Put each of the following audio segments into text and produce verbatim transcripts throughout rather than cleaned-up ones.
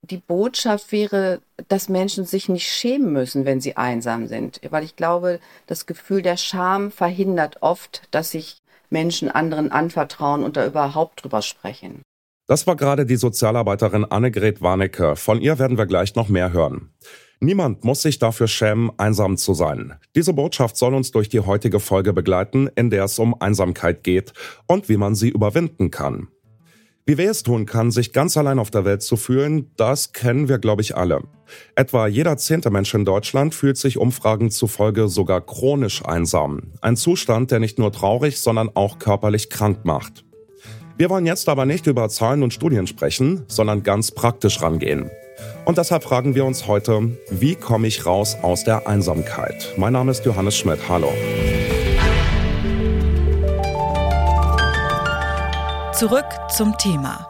Die Botschaft wäre, dass Menschen sich nicht schämen müssen, wenn sie einsam sind. Weil ich glaube, das Gefühl der Scham verhindert oft, dass sich Menschen anderen anvertrauen und da überhaupt drüber sprechen. Das war gerade die Sozialarbeiterin Annegret Warnecke. Von ihr werden wir gleich noch mehr hören. Niemand muss sich dafür schämen, einsam zu sein. Diese Botschaft soll uns durch die heutige Folge begleiten, in der es um Einsamkeit geht und wie man sie überwinden kann. Wie weh es tun kann, sich ganz allein auf der Welt zu fühlen, das kennen wir, glaube ich, alle. Etwa jeder zehnte Mensch in Deutschland fühlt sich Umfragen zufolge sogar chronisch einsam. Ein Zustand, der nicht nur traurig, sondern auch körperlich krank macht. Wir wollen jetzt aber nicht über Zahlen und Studien sprechen, sondern ganz praktisch rangehen. Und deshalb fragen wir uns heute, wie komme ich raus aus der Einsamkeit? Mein Name ist Johannes Schmidt. Hallo. Zurück zum Thema.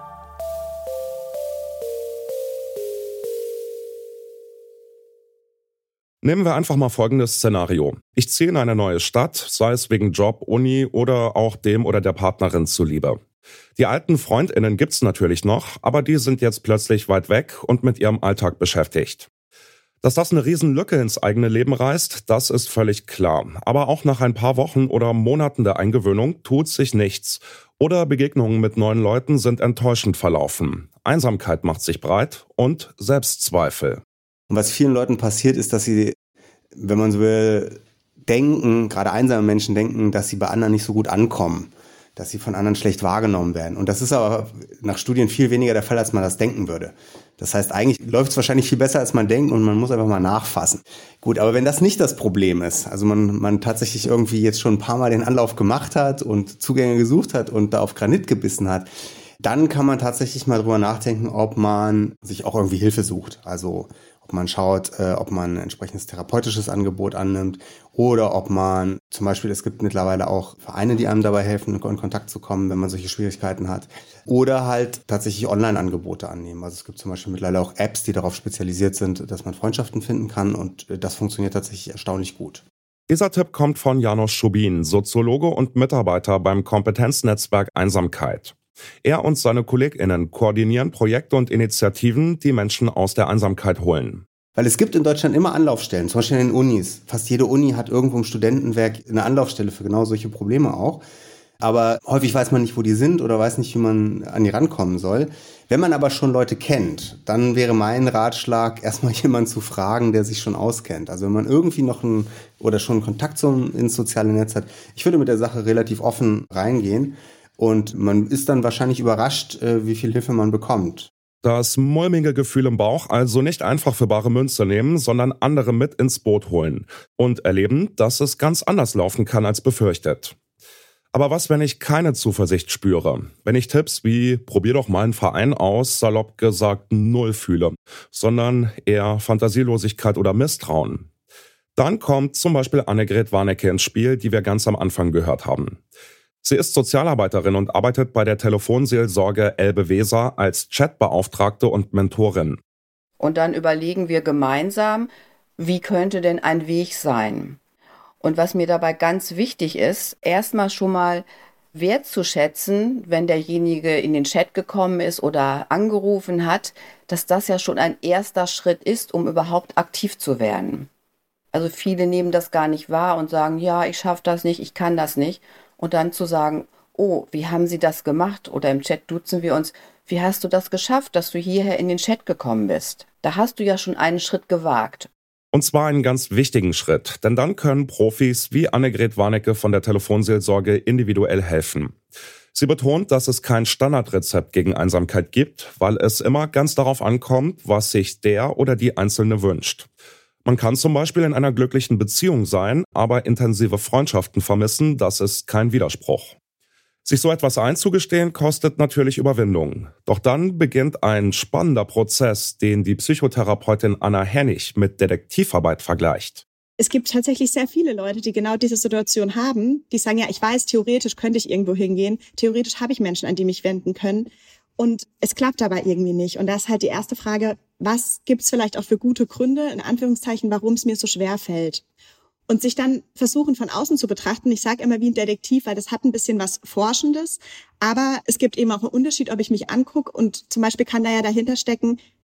Nehmen wir einfach mal folgendes Szenario. Ich ziehe in eine neue Stadt, sei es wegen Job, Uni oder auch dem oder der Partnerin zuliebe. Die alten FreundInnen gibt's natürlich noch, aber die sind jetzt plötzlich weit weg und mit ihrem Alltag beschäftigt. Dass das eine Riesenlücke ins eigene Leben reißt, das ist völlig klar. Aber auch nach ein paar Wochen oder Monaten der Eingewöhnung tut sich nichts. Oder Begegnungen mit neuen Leuten sind enttäuschend verlaufen. Einsamkeit macht sich breit und Selbstzweifel. Und was vielen Leuten passiert, ist, dass sie, wenn man so will, denken, gerade einsame Menschen denken, dass sie bei anderen nicht so gut ankommen, dass sie von anderen schlecht wahrgenommen werden. Und das ist aber nach Studien viel weniger der Fall, als man das denken würde. Das heißt, eigentlich läuft es wahrscheinlich viel besser, als man denkt und man muss einfach mal nachfassen. Gut, aber wenn das nicht das Problem ist, also man, man tatsächlich irgendwie jetzt schon ein paar Mal den Anlauf gemacht hat und Zugänge gesucht hat und da auf Granit gebissen hat, dann kann man tatsächlich mal drüber nachdenken, ob man sich auch irgendwie Hilfe sucht. Also ob man schaut, äh, ob man ein entsprechendes therapeutisches Angebot annimmt oder ob man zum Beispiel, es gibt mittlerweile auch Vereine, die einem dabei helfen, in Kontakt zu kommen, wenn man solche Schwierigkeiten hat. Oder halt tatsächlich Online-Angebote annehmen. Also es gibt zum Beispiel mittlerweile auch Apps, die darauf spezialisiert sind, dass man Freundschaften finden kann und das funktioniert tatsächlich erstaunlich gut. Dieser Tipp kommt von Janos Schubin, Soziologe und Mitarbeiter beim Kompetenznetzwerk Einsamkeit. Er und seine KollegInnen koordinieren Projekte und Initiativen, die Menschen aus der Einsamkeit holen. Weil es gibt in Deutschland immer Anlaufstellen, zum Beispiel in den Unis. Fast jede Uni hat irgendwo im Studentenwerk eine Anlaufstelle für genau solche Probleme auch. Aber häufig weiß man nicht, wo die sind oder weiß nicht, wie man an die rankommen soll. Wenn man aber schon Leute kennt, dann wäre mein Ratschlag, erstmal jemanden zu fragen, der sich schon auskennt. Also wenn man irgendwie noch einen oder schon einen Kontakt zum, ins soziale Netz hat, ich würde mit der Sache relativ offen reingehen. Und man ist dann wahrscheinlich überrascht, wie viel Hilfe man bekommt. Das mulmige Gefühl im Bauch also nicht einfach für bare Münze nehmen, sondern andere mit ins Boot holen und erleben, dass es ganz anders laufen kann als befürchtet. Aber was, wenn ich keine Zuversicht spüre? Wenn ich Tipps wie probier doch mal einen Verein aus, salopp gesagt null fühle, sondern eher Fantasielosigkeit oder Misstrauen? Dann kommt zum Beispiel Annegret Warnecke ins Spiel, die wir ganz am Anfang gehört haben. Sie ist Sozialarbeiterin und arbeitet bei der Telefonseelsorge Elbe-Weser als Chatbeauftragte und Mentorin. Und dann überlegen wir gemeinsam, wie könnte denn ein Weg sein? Und was mir dabei ganz wichtig ist, erstmal schon mal wertzuschätzen, wenn derjenige in den Chat gekommen ist oder angerufen hat, dass das ja schon ein erster Schritt ist, um überhaupt aktiv zu werden. Also viele nehmen das gar nicht wahr und sagen, ja, ich schaffe das nicht, ich kann das nicht. Und dann zu sagen, oh, wie haben Sie das gemacht? Oder im Chat duzen wir uns, wie hast du das geschafft, dass du hierher in den Chat gekommen bist? Da hast du ja schon einen Schritt gewagt. Und zwar einen ganz wichtigen Schritt, denn dann können Profis wie Annegret Warnecke von der Telefonseelsorge individuell helfen. Sie betont, dass es kein Standardrezept gegen Einsamkeit gibt, weil es immer ganz darauf ankommt, was sich der oder die Einzelne wünscht. Man kann zum Beispiel in einer glücklichen Beziehung sein, aber intensive Freundschaften vermissen, das ist kein Widerspruch. Sich so etwas einzugestehen, kostet natürlich Überwindung. Doch dann beginnt ein spannender Prozess, den die Psychotherapeutin Anna Hennig mit Detektivarbeit vergleicht. Es gibt tatsächlich sehr viele Leute, die genau diese Situation haben, die sagen, ja, ich weiß, theoretisch könnte ich irgendwo hingehen, theoretisch habe ich Menschen, an die mich wenden können. Und es klappt aber irgendwie nicht. Und da ist halt die erste Frage, was gibt's vielleicht auch für gute Gründe, in Anführungszeichen, warum es mir so schwer fällt? Und sich dann versuchen, von außen zu betrachten. Ich sage immer wie ein Detektiv, weil das hat ein bisschen was Forschendes. Aber es gibt eben auch einen Unterschied, ob ich mich angucke. Und zum Beispiel kann da ja dahinter stecken,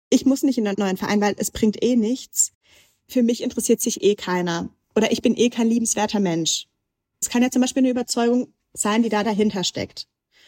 ich muss nicht in einen neuen Verein, weil es bringt eh nichts. Für mich interessiert sich eh keiner. Oder ich bin eh kein liebenswerter Mensch. Es kann ja zum Beispiel eine Überzeugung sein, die da dahinter steckt.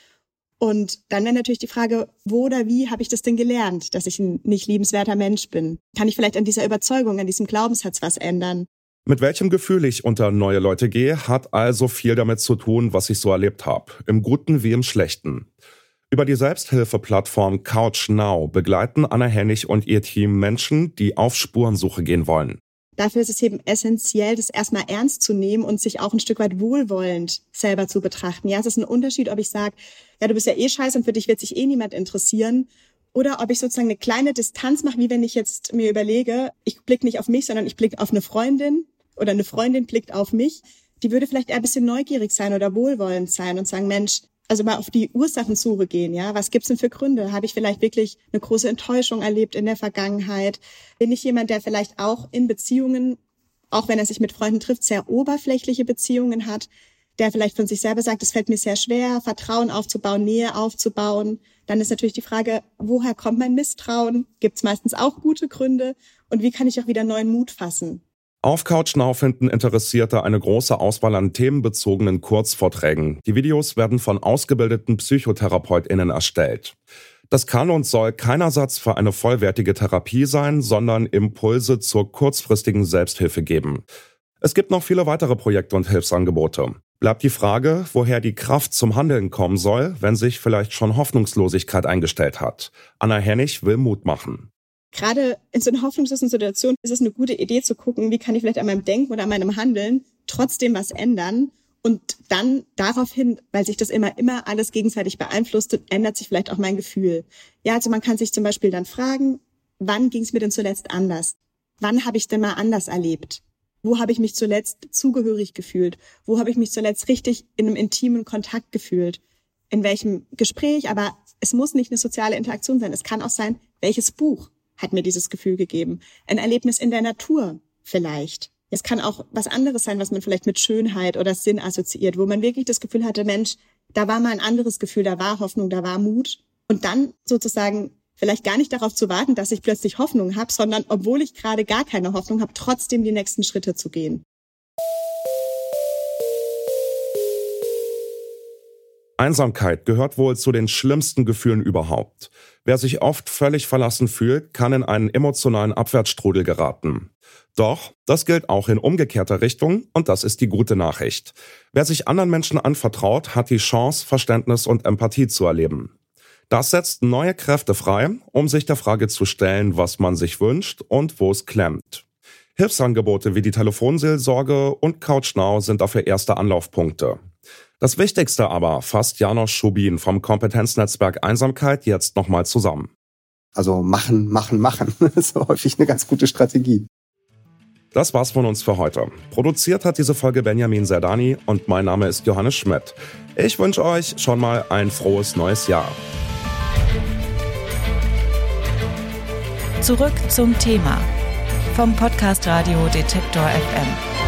Und dann wäre natürlich die Frage, wo oder wie habe ich das denn gelernt, dass ich ein nicht liebenswerter Mensch bin? Kann ich vielleicht an dieser Überzeugung, an diesem Glaubenssatz was ändern? Mit welchem Gefühl ich unter neue Leute gehe, hat also viel damit zu tun, was ich so erlebt habe. Im Guten wie im Schlechten. Über die Selbsthilfeplattform CouchNow begleiten Anna Hennig und ihr Team Menschen, die auf Spurensuche gehen wollen. Dafür ist es eben essentiell, das erstmal ernst zu nehmen und sich auch ein Stück weit wohlwollend selber zu betrachten. Ja, es ist ein Unterschied, ob ich sage, ja, du bist ja eh scheiße und für dich wird sich eh niemand interessieren. Oder ob ich sozusagen eine kleine Distanz mache, wie wenn ich jetzt mir überlege, ich blicke nicht auf mich, sondern ich blicke auf eine Freundin oder eine Freundin blickt auf mich. Die würde vielleicht eher ein bisschen neugierig sein oder wohlwollend sein und sagen, Mensch, also mal auf die Ursachensuche gehen, ja. Was gibt's denn für Gründe? Habe ich vielleicht wirklich eine große Enttäuschung erlebt in der Vergangenheit? Bin ich jemand, der vielleicht auch in Beziehungen, auch wenn er sich mit Freunden trifft, sehr oberflächliche Beziehungen hat, der vielleicht von sich selber sagt, es fällt mir sehr schwer, Vertrauen aufzubauen, Nähe aufzubauen? Dann ist natürlich die Frage, woher kommt mein Misstrauen? Gibt's meistens auch gute Gründe? Und wie kann ich auch wieder neuen Mut fassen? Auf CouchNow finden Interessierte eine große Auswahl an themenbezogenen Kurzvorträgen. Die Videos werden von ausgebildeten PsychotherapeutInnen erstellt. Das kann und soll kein Ersatz für eine vollwertige Therapie sein, sondern Impulse zur kurzfristigen Selbsthilfe geben. Es gibt noch viele weitere Projekte und Hilfsangebote. Bleibt die Frage, woher die Kraft zum Handeln kommen soll, wenn sich vielleicht schon Hoffnungslosigkeit eingestellt hat. Anna Hennig will Mut machen. Gerade in so einer hoffnungslosen Situation ist es eine gute Idee zu gucken, wie kann ich vielleicht an meinem Denken oder an meinem Handeln trotzdem was ändern und dann daraufhin, weil sich das immer, immer alles gegenseitig beeinflusst, ändert sich vielleicht auch mein Gefühl. Ja, also man kann sich zum Beispiel dann fragen, wann ging es mir denn zuletzt anders? Wann habe ich denn mal anders erlebt? Wo habe ich mich zuletzt zugehörig gefühlt? Wo habe ich mich zuletzt richtig in einem intimen Kontakt gefühlt? In welchem Gespräch? Aber es muss nicht eine soziale Interaktion sein. Es kann auch sein, welches Buch hat mir dieses Gefühl gegeben. Ein Erlebnis in der Natur vielleicht. Es kann auch was anderes sein, was man vielleicht mit Schönheit oder Sinn assoziiert, wo man wirklich das Gefühl hatte, Mensch, da war mal ein anderes Gefühl, da war Hoffnung, da war Mut. Und dann sozusagen vielleicht gar nicht darauf zu warten, dass ich plötzlich Hoffnung habe, sondern obwohl ich gerade gar keine Hoffnung habe, trotzdem die nächsten Schritte zu gehen. Einsamkeit gehört wohl zu den schlimmsten Gefühlen überhaupt. Wer sich oft völlig verlassen fühlt, kann in einen emotionalen Abwärtsstrudel geraten. Doch, das gilt auch in umgekehrter Richtung und das ist die gute Nachricht. Wer sich anderen Menschen anvertraut, hat die Chance, Verständnis und Empathie zu erleben. Das setzt neue Kräfte frei, um sich der Frage zu stellen, was man sich wünscht und wo es klemmt. Hilfsangebote wie die Telefonseelsorge und CouchNow sind dafür erste Anlaufpunkte. Das Wichtigste aber fasst Janosch Schubin vom Kompetenznetzwerk Einsamkeit jetzt nochmal zusammen. Also machen, machen, machen. Das ist häufig eine ganz gute Strategie. Das war's von uns für heute. Produziert hat diese Folge Benjamin Serdani und mein Name ist Johannes Schmidt. Ich wünsche euch schon mal ein frohes neues Jahr. Zurück zum Thema vom Podcast Radio Detektor F M.